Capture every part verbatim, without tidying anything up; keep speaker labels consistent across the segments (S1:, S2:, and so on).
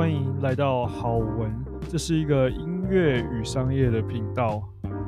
S1: 欢迎来到好文，这是一个音乐与商业的频道。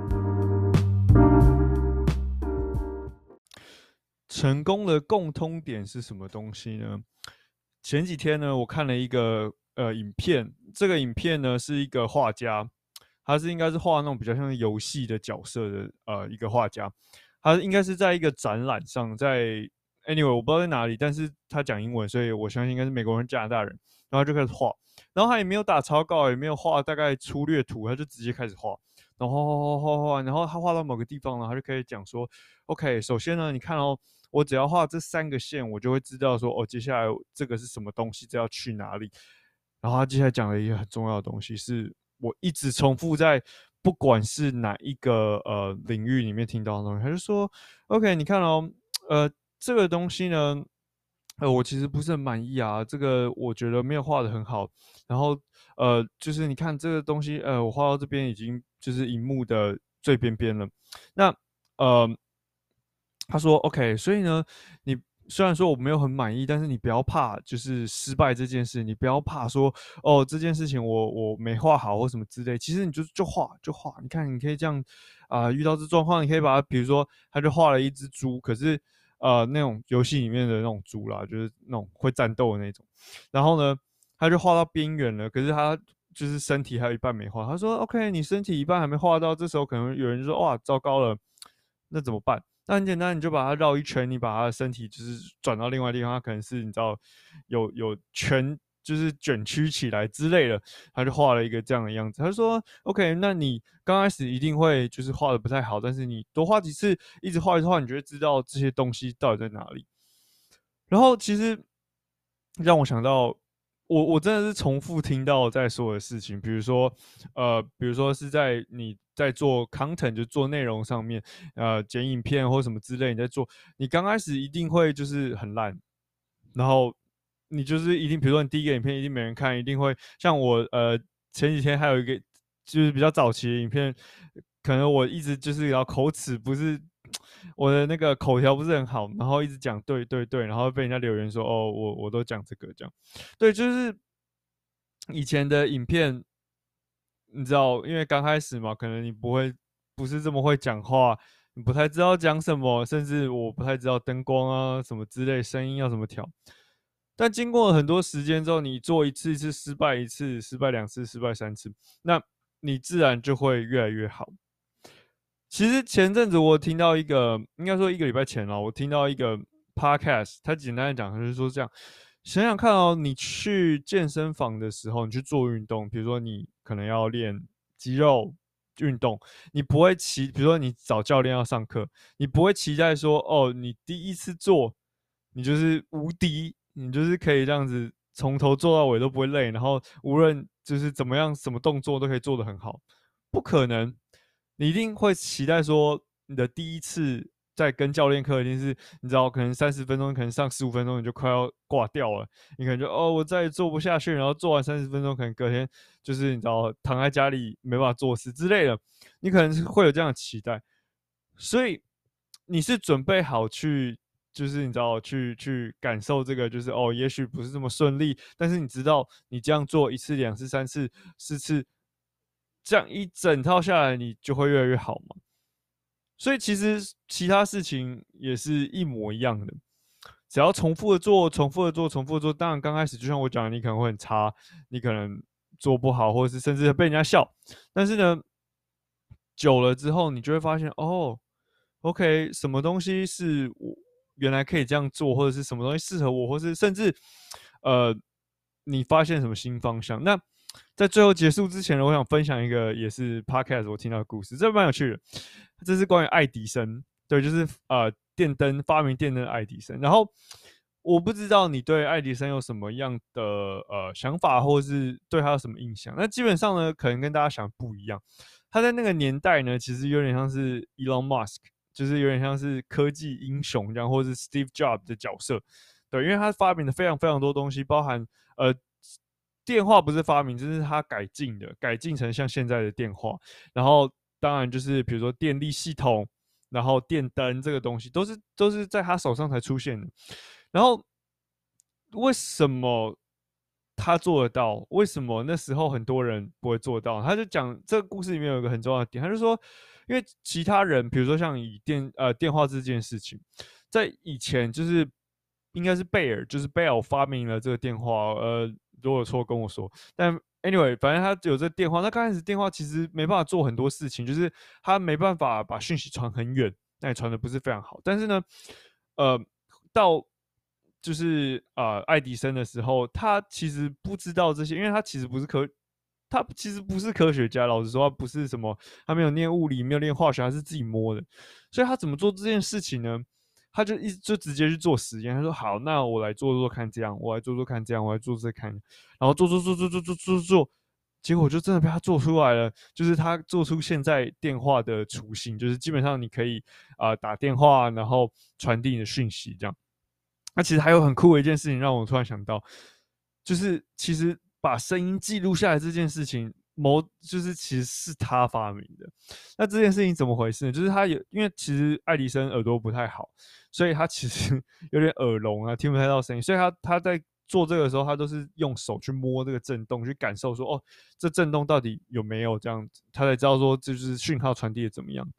S1: 成功的共通点是什么东西呢？前几天呢，我看了一个呃影片，这个影片呢是一个画家，他是应该是画那种比较像游戏的角色的呃一个画家，他应该是在一个展览上，在 anyway 我不知道在哪里，但是他讲英文，所以我相信应该是美国人、加拿大人，然后他就开始画，然后他也没有打草稿，也没有画大概粗略图，他就直接开始画，然后画画画画画，然后他画到某个地方呢，他就可以讲说 ，OK， 首先呢，你看哦。我只要画这三个线，我就会知道说，哦，接下来这个是什么东西，这要去哪里。然后他接下来讲了一个很重要的东西，是我一直重复在不管是哪一个呃领域里面听到的东西。他就说 ，OK， 你看哦，呃，这个东西呢，呃，我其实不是很满意啊，这个我觉得没有画的很好。然后呃，就是你看这个东西，呃，我画到这边已经就是荧幕的最边边了。那呃。他说 ：“OK，所以呢，你虽然说我没有很满意，但是你不要怕，就是失败这件事，你不要怕说哦这件事情我我没画好或什么之类。其实你就就画就画，你看你可以这样啊、呃，遇到这状况，你可以把它，比如说他就画了一只猪，可是呃那种游戏里面的那种猪啦，就是那种会战斗的那种。然后呢，他就画到边缘了，可是他就是身体还有一半没画。他说 OK，你身体一半还没画到，这时候可能有人就说哇糟糕了，那怎么办？”那很简单，你就把它绕一圈，你把它的身体就是转到另外地方，它可能是你知道有有圈，就是卷曲起来之类的，他就画了一个这样的样子。他就说 ：“OK， 那你刚开始一定会就是画的不太好，但是你多画几次，一直画一直画，你就会知道这些东西到底在哪里。”然后其实让我想到，我我真的是重复听到在说的事情，比如说，呃，比如说是在你在做 content 就做内容上面，呃，剪影片或什么之类，你在做，你刚开始一定会就是很烂，然后你就是一定，比如说你第一个影片一定没人看，一定会像我呃前几天还有一个就是比较早期的影片，可能我一直就是要口齿不是我的那个口条不是很好，然后一直讲对对对，然后被人家留言说哦我我都讲这个这样，对，就是以前的影片，你知道，因为刚开始嘛，可能你不会不是这么会讲话，你不太知道讲什么，甚至我不太知道灯光啊什么之类，声音要怎么调。但经过了很多时间之后，你做一次一次失败一次，失败两次，失败三次，那你自然就会越来越好。其实前阵子我听到一个，应该说一个礼拜前了，我听到一个 podcast，它简单的讲就是说这样，想想看哦，你去健身房的时候，你去做运动，比如说你可能要练肌肉运动，你不会期，比如说你找教练要上课，你不会期待说哦，你第一次做，你就是无敌，你就是可以这样子从头做到尾都不会累，然后无论就是怎么样，什么动作都可以做得很好，不可能。你一定会期待说，你的第一次在跟教练课一定是，你知道，可能三十分钟，可能上十五分钟，你就快要挂掉了。你可能就哦，我再也做不下去，然后做完三十分钟，可能隔天就是你知道躺在家里没办法做事之类的，你可能是会有这样的期待。所以你是准备好去，就是你知道去去感受这个，就是哦，也许不是这么顺利，但是你知道你这样做一次、两次、三次、四次，这样一整套下来，你就会越来越好嘛。所以其实其他事情也是一模一样的，只要重复的做、重复的做、重复的做。当然刚开始就像我讲的，你可能会很差，你可能做不好，或者是甚至被人家笑。但是呢，久了之后，你就会发现，哦，OK，什么东西是我原来可以这样做，或者是什么东西适合我，或是甚至呃，你发现什么新方向。那在最后结束之前呢，我想分享一个也是 Podcast 我听到的故事，这蛮有趣的。这是关于爱迪生，对，就是呃电灯发明电灯的爱迪生。然后我不知道你对爱迪生有什么样的呃想法，或是对他有什么印象。那基本上呢，可能跟大家想不一样。他在那个年代呢，其实有点像是 Elon Musk，就是有点像是科技英雄这样，或是 Steve Jobs 的角色。对，因为他发明了非常非常多东西，包含呃电话不是发明，就是他改进的，改进成像现在的电话。然后当然就是比如说电力系统，然后电灯这个东西，都是都是在他手上才出现的。然后为什么他做得到，为什么那时候很多人不会做到？他就讲这个故事里面有一个很重要的点，他就说，因为其他人，比如说像以电呃电话这件事情，在以前就是应该是贝尔，就是贝尔发明了这个电话，呃，如果有错跟我说，但 anyway，反正他有这个电话，那刚开始电话其实没办法做很多事情，就是他没办法把讯息传很远，那也传的不是非常好。但是呢，呃，到就是呃爱迪生的时候，他其实不知道这些，因为他其实不是科，他其实不是科学家。老实说，他不是什么，他没有念物理，没有念化学，他是自己摸的。所以他怎么做这件事情呢？他就一就直接去做实验。他说：“好，那我来做做看，这样我来做做看，这样我来做做看。”然后做做做做做做做做，结果就真的被他做出来了。就是他做出现在电话的雏形，就是基本上你可以啊、呃、打电话，然后传递你的讯息这样。那其实还有很酷的一件事情，让我突然想到，就是其实把声音记录下来这件事情，某就是其实是他发明的。那这件事情怎么回事呢？就是他有，因为其实爱迪生耳朵不太好，所以他其实有点耳聋啊，听不太到声音，所以他他在做这个的时候，他都是用手去摸这个震动，去感受说，哦，这震动到底有没有这样子，他才知道说，就是讯号传递的怎么样。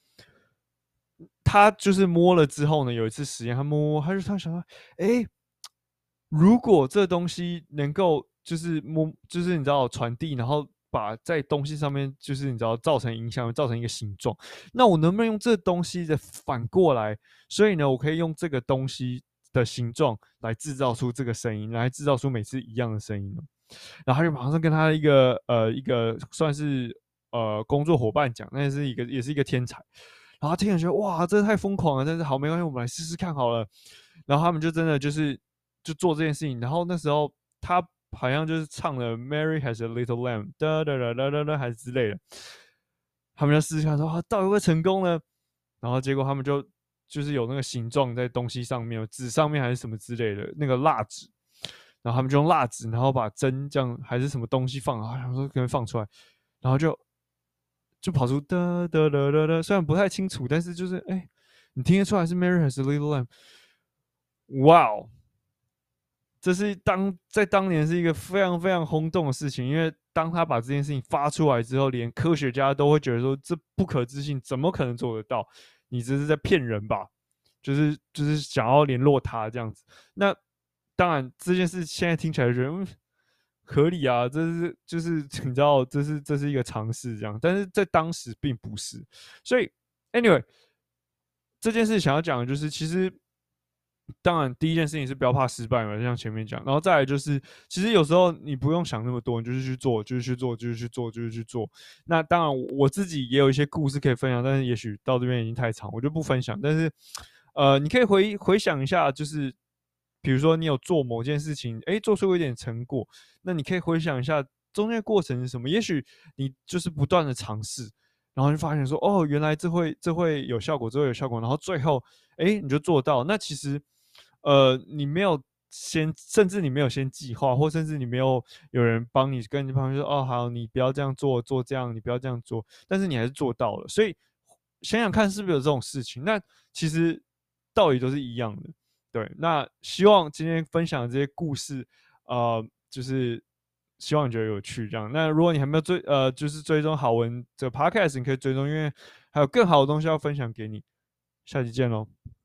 S1: 他就是摸了之后呢，有一次实验，他摸摸，他就突然想到，哎，如果这东西能够就是摸，就是你知道传递，然后把在东西上面，就是你知道造成影响，造成一个形状，那我能不能用这东西的反过来？所以呢，我可以用这个东西的形状来制造出这个声音，来制造出每次一样的声音呢？然后他就马上跟他一个呃一个算是呃工作伙伴讲，那是一个也是一个天才。然后他听了觉得哇，这太疯狂了，但是好没关系，我们来试试看好了。然后他们就真的就是就做这件事情。然后那时候他好像就是唱了《Mary Has a Little Lamb》哒哒哒哒哒哒还是之类的。他们就试试看说啊，到底会不会成功呢？然后结果他们就就是有那个形状在东西上面，纸上面还是什么之类的那个蜡纸。然后他们就用蜡纸，然后把针这样还是什么东西放，然后说可以放出来，然后就就跑出哒哒哒哒哒，虽然不太清楚，但是就是哎、欸，你听得出来是 Mary Has a Little Lamb，哇哦！这是当在当年是一个非常非常轰动的事情，因为当他把这件事情发出来之后，连科学家都会觉得说这不可置信，怎么可能做得到？你这是在骗人吧？就是就是想要联络他这样子。那当然这件事现在听起来觉得嗯合理啊，这是就是你知道这是这是一个尝试这样，但是在当时并不是。所以 anyway 这件事想要讲的就是，其实当然第一件事情是不要怕失败嘛，就像前面讲，然后再来就是，其实有时候你不用想那么多，你就是去做，就是去做，就是去做，就是去做。那当然我自己也有一些故事可以分享，但是也许到这边已经太长，我就不分享。但是呃，你可以回回想一下，就是比如说你有做某件事情，哎，做出一点成果，那你可以回想一下中间的过程是什么。也许你就是不断的尝试，然后就发现说，哦，原来这会这会有效果，这会有效果，然后最后，哎，你就做到。那其实，呃，你没有先，甚至你没有先计划，或甚至你没有有人帮你跟你旁边说，哦，好，你不要这样做，做这样，你不要这样做，但是你还是做到了。所以想想看，是不是有这种事情？那其实道理都是一样的。对，那希望今天分享的这些故事，呃，就是希望你觉得有趣。这样，那如果你还没有追，呃，就是追踪好文这个 podcast，你可以追踪，因为还有更好的东西要分享给你。下期见喽！